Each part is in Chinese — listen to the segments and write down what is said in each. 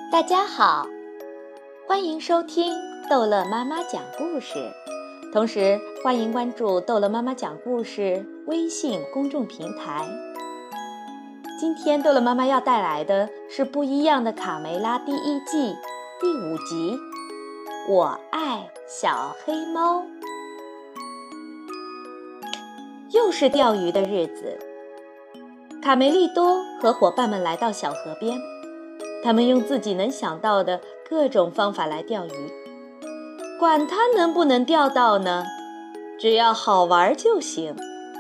大家好，欢迎收听逗乐妈妈讲故事，同时欢迎关注逗乐妈妈讲故事微信公众平台。今天逗乐妈妈要带来的是不一样的卡梅拉第一季第5集，我爱小黑猫。又是钓鱼的日子，卡梅利多和伙伴们来到小河边，他们用自己能想到的各种方法来钓鱼，管它能不能钓到呢，只要好玩就行。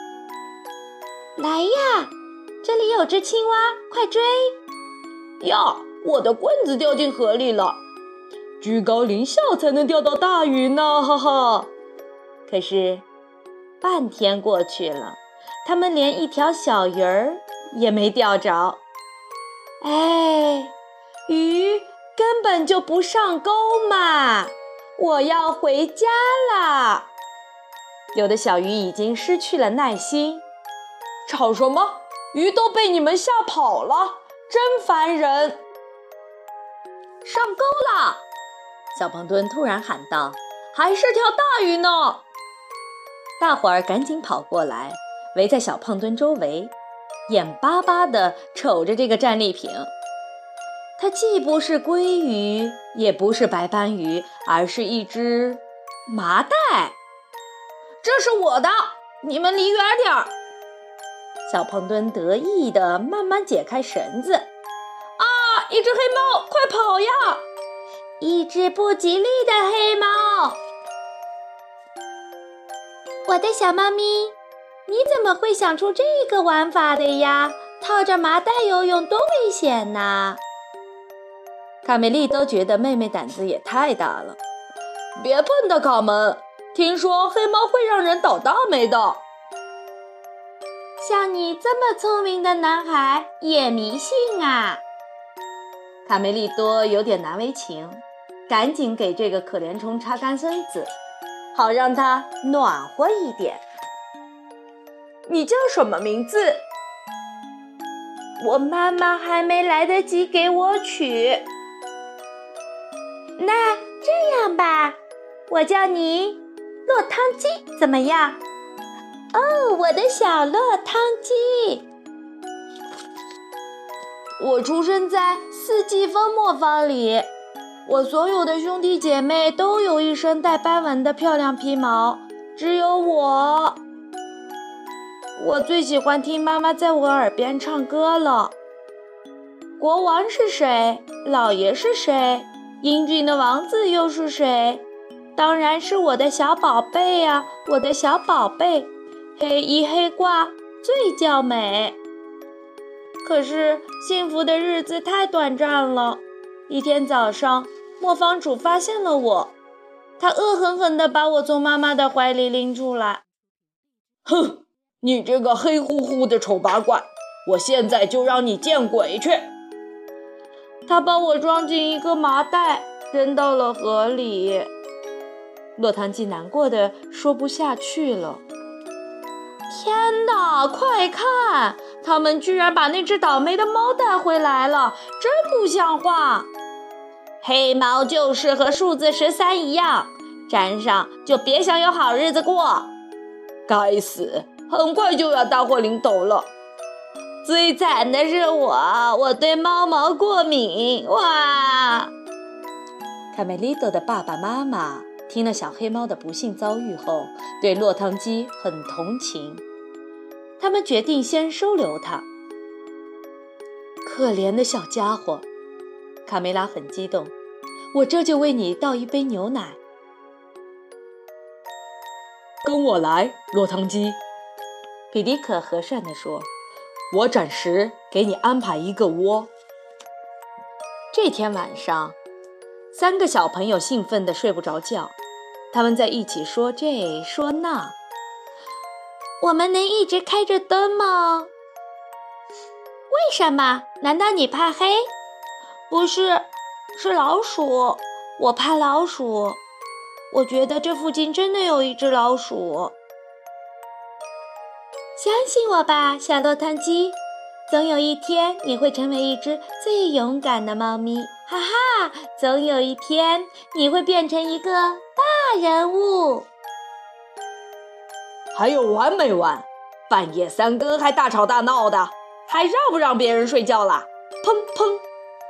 来呀，这里有只青蛙，快追！ 呀，我的棍子掉进河里了，居高临下才能钓到大鱼呢，哈哈。 可是半天过去了，他们连一条小鱼儿也没钓着。哎，鱼根本就不上钩嘛！我要回家啦！有的小鱼已经失去了耐心。 吵什么？鱼都被你们吓跑了，真烦人！ 上钩了！小胖墩突然喊道：“ 还是条大鱼呢！” 大伙儿赶紧跑过来，围在小胖墩周围，眼巴巴地瞅着这个战利品。它既不是鲑鱼，也不是白斑鱼，而是一只麻袋。 这是我的，你们离远点儿！ 小胖墩得意地慢慢解开绳子。 啊！一只黑猫，快跑呀！ 一只不吉利的黑猫。我的小猫咪，你怎么会想出这个玩法的呀？套着麻袋游泳多危险呐！卡梅利都觉得妹妹胆子也太大了。 别碰它，卡门，听说黑猫会让人倒大霉的。 像你这么聪明的男孩也迷信啊！卡梅利多有点难为情，赶紧给这个可怜虫擦干身子，好让它暖和一点。 你叫什么名字？ 我妈妈还没来得及给我取。那这样吧，我叫你落汤鸡，怎么样？哦，我的小落汤鸡。我出生在四季风磨坊里，我所有的兄弟姐妹都有一身带斑纹的漂亮皮毛，只有我最喜欢听妈妈在我耳边唱歌了。国王是谁？老爷是谁？英俊的王子又是谁？当然是我的小宝贝呀，我的小宝贝，黑衣黑褂最娇美。可是幸福的日子太短暂了。一天早上，磨坊主发现了我，他恶狠狠地把我从妈妈的怀里拎出来。 哼，你这个黑乎乎的丑八怪，我现在就让你见鬼去！ 他把我装进一个麻袋，扔到了河里。落汤鸡难过的说不下去了。天哪，快看，他们居然把那只倒霉的猫带回来了，真不像话。黑猫就是和数字13一样，沾上就别想有好日子过。 该死，很快就要大祸临头了。 最惨的是我对猫毛过敏。哇！卡梅利多的爸爸妈妈听了小黑猫的不幸遭遇后，对落汤鸡很同情，他们决定先收留它。可怜的小家伙，卡梅拉很激动，我这就为你倒一杯牛奶。 跟我来，落汤鸡。 皮迪可和善地说， 我暂时给你安排一个窝。 这天晚上，3个小朋友兴奋地睡不着觉，他们在一起说这说那。我们能一直开着灯吗？为什么？难道你怕黑？不是，是老鼠。我怕老鼠。我觉得这附近真的有一只老鼠。相信我吧，小落汤鸡，总有一天你会成为一只最勇敢的猫咪， 哈哈，总有一天你会变成一个大人物。 还有完没完？半夜3更还大吵大闹的，还让不让别人睡觉啦？砰砰！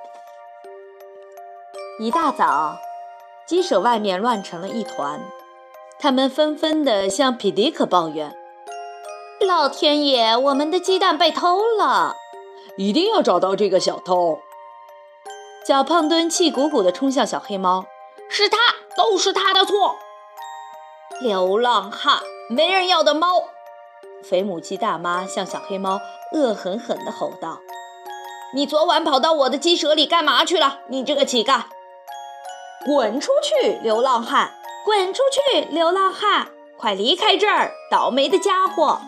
一大早，鸡舍外面乱成了一团，他们纷纷地向皮迪克抱怨：老天爷，我们的鸡蛋被偷了！ 一定要找到这个小偷！ 小胖墩气鼓鼓地冲向小黑猫：是他，都是他的错！流浪汉，没人要的猫！肥母鸡大妈向小黑猫恶狠狠地吼道：你昨晚跑到我的鸡舍里干嘛去了？你这个乞丐！滚出去，流浪汉！滚出去，流浪汉！快离开这儿，倒霉的家伙！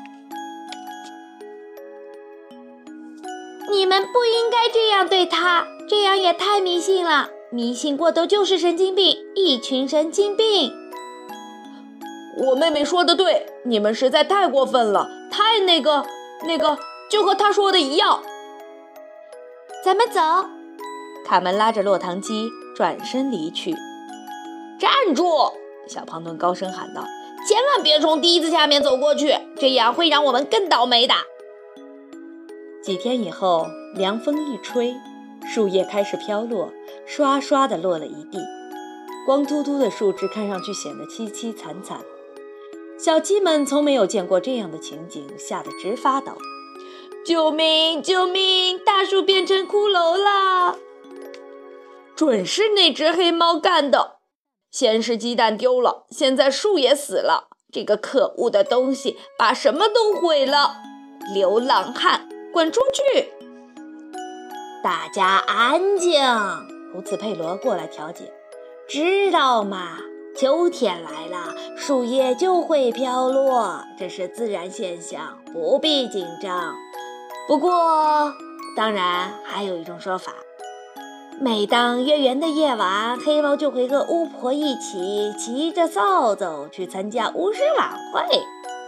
你们不应该这样对他，这样也太迷信了。迷信过头就是神经病，一群神经病。 我妹妹说的对，你们实在太过分了，太那个，就和她说的一样。 咱们走。卡门拉着落汤鸡转身离去。 站住！ 小胖墩高声喊道： 千万别从梯子下面走过去，这样会让我们更倒霉的。 几天以后，凉风一吹，树叶开始飘落，刷刷地落了一地，光秃秃的树枝看上去显得凄凄惨惨。小鸡们从没有见过这样的情景，吓得直发抖。救命！救命！大树变成骷髅了！ 准是那只黑猫干的。先是鸡蛋丢了，现在树也死了。这个可恶的东西把什么都毁了。流浪汉，滚出去！ 大家安静！胡子佩罗过来调解。知道吗？秋天来了，树叶就会飘落，这是自然现象，不必紧张。不过，当然还有一种说法，每当月圆的夜晚，黑猫就会和巫婆一起骑着扫帚去参加巫师晚会。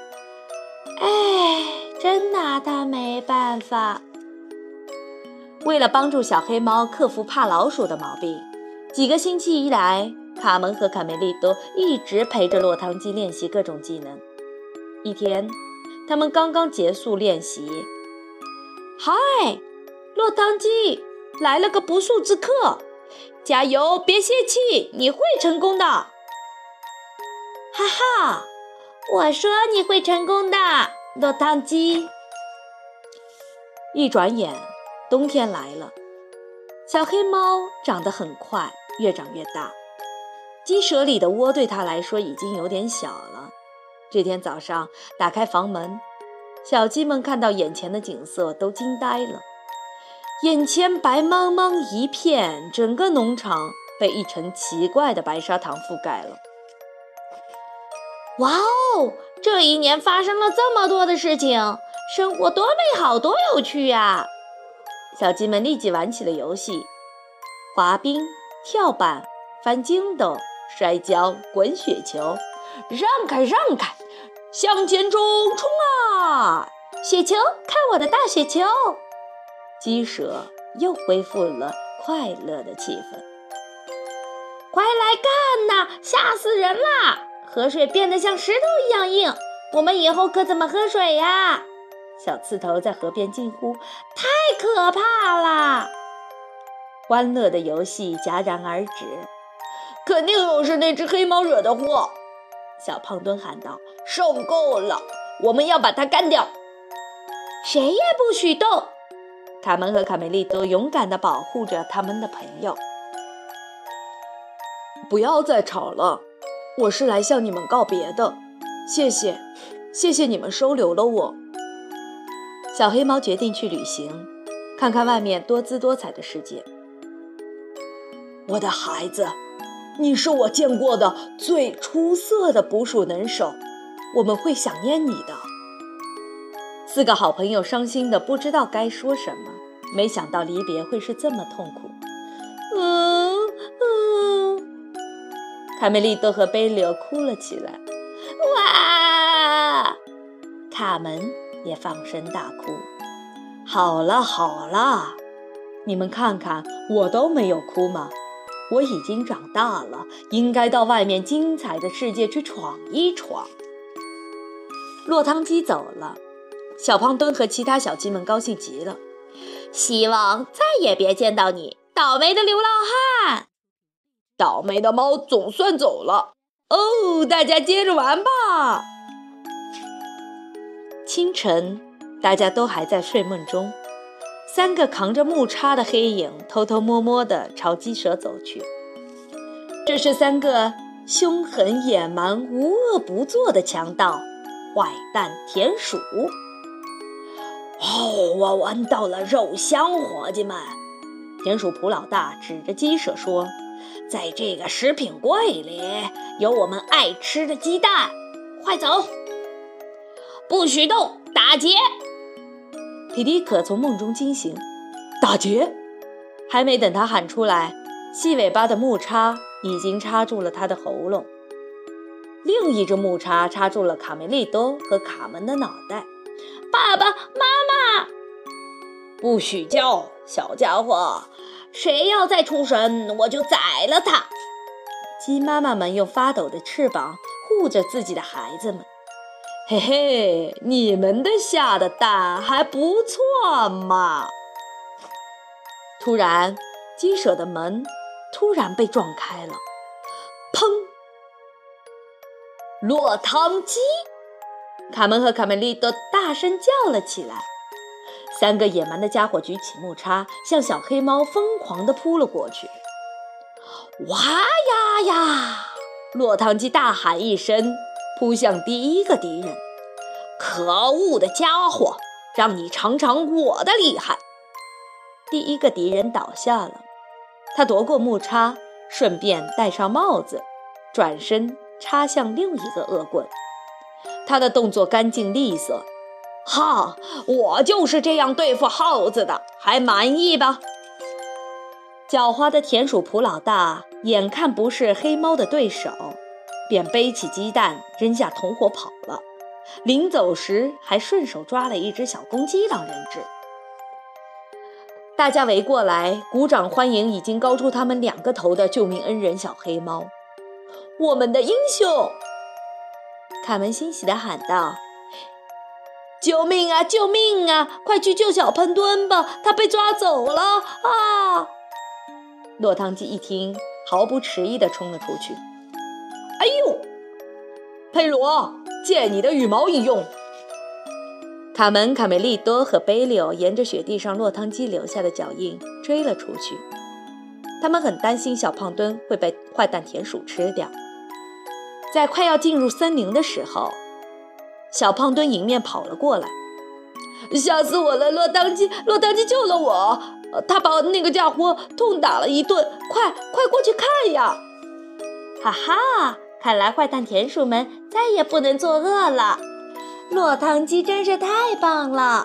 哎，真拿他没办法。为了帮助小黑猫克服怕老鼠的毛病，几个星期以来，卡门和卡梅利多一直陪着落汤鸡练习各种技能。一天，他们刚刚结束练习。嗨，落汤鸡，来了个不速之客，加油，别泄气，你会成功的。哈哈，我说你会成功的，落汤鸡。一转眼，冬天来了，小黑猫长得很快，越长越大。鸡舍里的窝对它来说已经有点小了。这天早上，打开房门，小鸡们看到眼前的景色都惊呆了。眼前白茫茫一片，整个农场被一层奇怪的白砂糖覆盖了。哇哦，这一年发生了这么多的事情，生活多美好，多有趣呀！小鸡们立即玩起了游戏，滑冰、跳板、翻筋斗、摔跤、滚雪球。让开让开，向前冲冲啊！雪球，看我的大雪球！鸡舍又恢复了快乐的气氛。快来干呐，吓死人啦！河水变得像石头一样硬，我们以后可怎么喝水呀？小刺头在河边惊呼，太可怕啦！欢乐的游戏戛然而止。 肯定又是那只黑猫惹的祸， 小胖墩喊道， 受够了，我们要把它干掉。 谁也不许动！卡门和卡梅利多勇敢地保护着他们的朋友。 不要再吵了，我是来向你们告别的，谢谢你们收留了我。 小黑猫决定去旅行，看看外面多姿多彩的世界。 我的孩子，你是我见过的最出色的捕鼠能手，我们会想念你的。 四个好朋友伤心的不知道该说什么，没想到离别会是这么痛苦。卡梅利多和贝利欧哭了起来。哇！卡门也放声大哭。好了好了， 你们看看，我都没有哭吗？我已经长大了，应该到外面精彩的世界去闯一闯。落汤鸡走了，小胖墩和其他小鸡们高兴极了。 希望再也别见到你，倒霉的流浪汉！ 倒霉的猫总算走了哦，大家接着玩吧。清晨，大家都还在睡梦中。3个扛着木叉的黑影偷偷摸摸地朝鸡舍走去。这是3个凶狠野蛮、无恶不作的强盗——坏蛋田鼠。我闻到了肉香，伙计们！田鼠普老大指着鸡舍说：“在这个食品柜里有我们爱吃的鸡蛋，快走！” 不许动，打劫！ 皮迪可从梦中惊醒，打劫！还没等他喊出来，细尾巴的木叉已经插住了他的喉咙，另一只木叉插住了卡梅利多和卡门的脑袋。 爸爸妈妈， 不许叫，小家伙，谁要再出声，我就宰了他！鸡妈妈们用发抖的翅膀护着自己的孩子们。嘿嘿，你们的下的蛋还不错嘛！突然，鸡舍的门突然被撞开了，砰！落汤鸡！卡门和卡梅利多大声叫了起来。3个野蛮的家伙举起木叉，向小黑猫疯狂地扑了过去。哇呀呀！落汤鸡大喊一声，扑向第一个敌人。可恶的家伙，让你尝尝我的厉害！第一个敌人倒下了，他夺过木叉，顺便戴上帽子，转身插向另一个恶棍。他的动作干净利索。哈，我就是这样对付耗子的，还满意吧？狡猾的田鼠普老大眼看不是黑猫的对手，便背起鸡蛋扔下同伙跑了。临走时还顺手抓了一只小公鸡当人质。大家围过来鼓掌欢迎已经高出他们2个头的救命恩人小黑猫。我们的英雄！卡门欣喜地喊道：“救命啊！救命啊！快去救小胖墩吧，他被抓走了啊！”落汤鸡一听，毫不迟疑地冲了出去。哎呦，佩罗，借你的羽毛一用！卡门、卡梅利多和贝利欧沿着雪地上落汤鸡留下的脚印追了出去。他们很担心小胖墩会被坏蛋田鼠吃掉。在快要进入森林的时候，小胖墩迎面跑了过来。吓死我了，落汤鸡救了我，他把那个家伙痛打了一顿，快过去看呀！ 哈哈，看来坏蛋田鼠们再也不能作恶了。落汤鸡真是太棒了。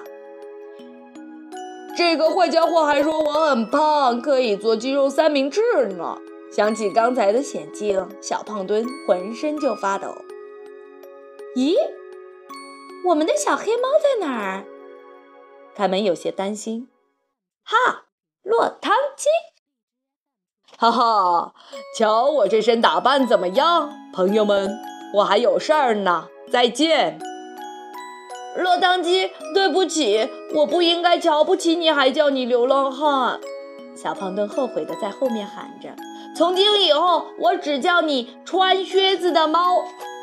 这个坏家伙还说我很胖，可以做鸡肉三明治呢。想起刚才的险境，小胖墩浑身就发抖。 咦，我们的小黑猫在哪儿？ 卡门有些担心。 哈，落汤鸡！ 哈哈，瞧我这身打扮怎么样，朋友们？我还有事儿呢，再见。落汤鸡，对不起，我不应该瞧不起你，还叫你流浪汉。小胖墩后悔地在后面喊着，从今以后我只叫你穿靴子的猫。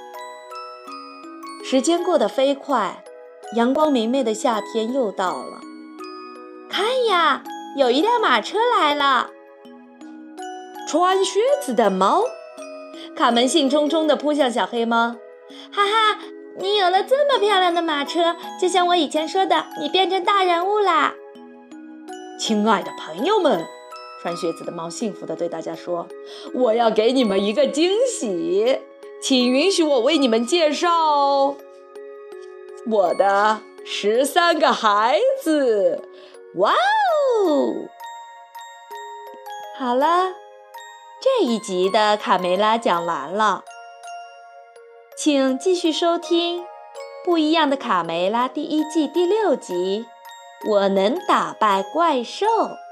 时间过得飞快，阳光明媚的夏天又到了。 看呀，有一辆马车来了。 穿靴子的猫，卡门兴冲冲地扑向小黑猫。 哈哈，你有了这么漂亮的马车，就像我以前说的，你变成大人物啦。 亲爱的朋友们，穿靴子的猫幸福地对大家说，我要给你们一个惊喜，请允许我为你们介绍我的13个孩子。哇哦！好了，这一集的卡梅拉讲完了，请继续收听《不一样的卡梅拉》第1季第6集，我能打败怪兽。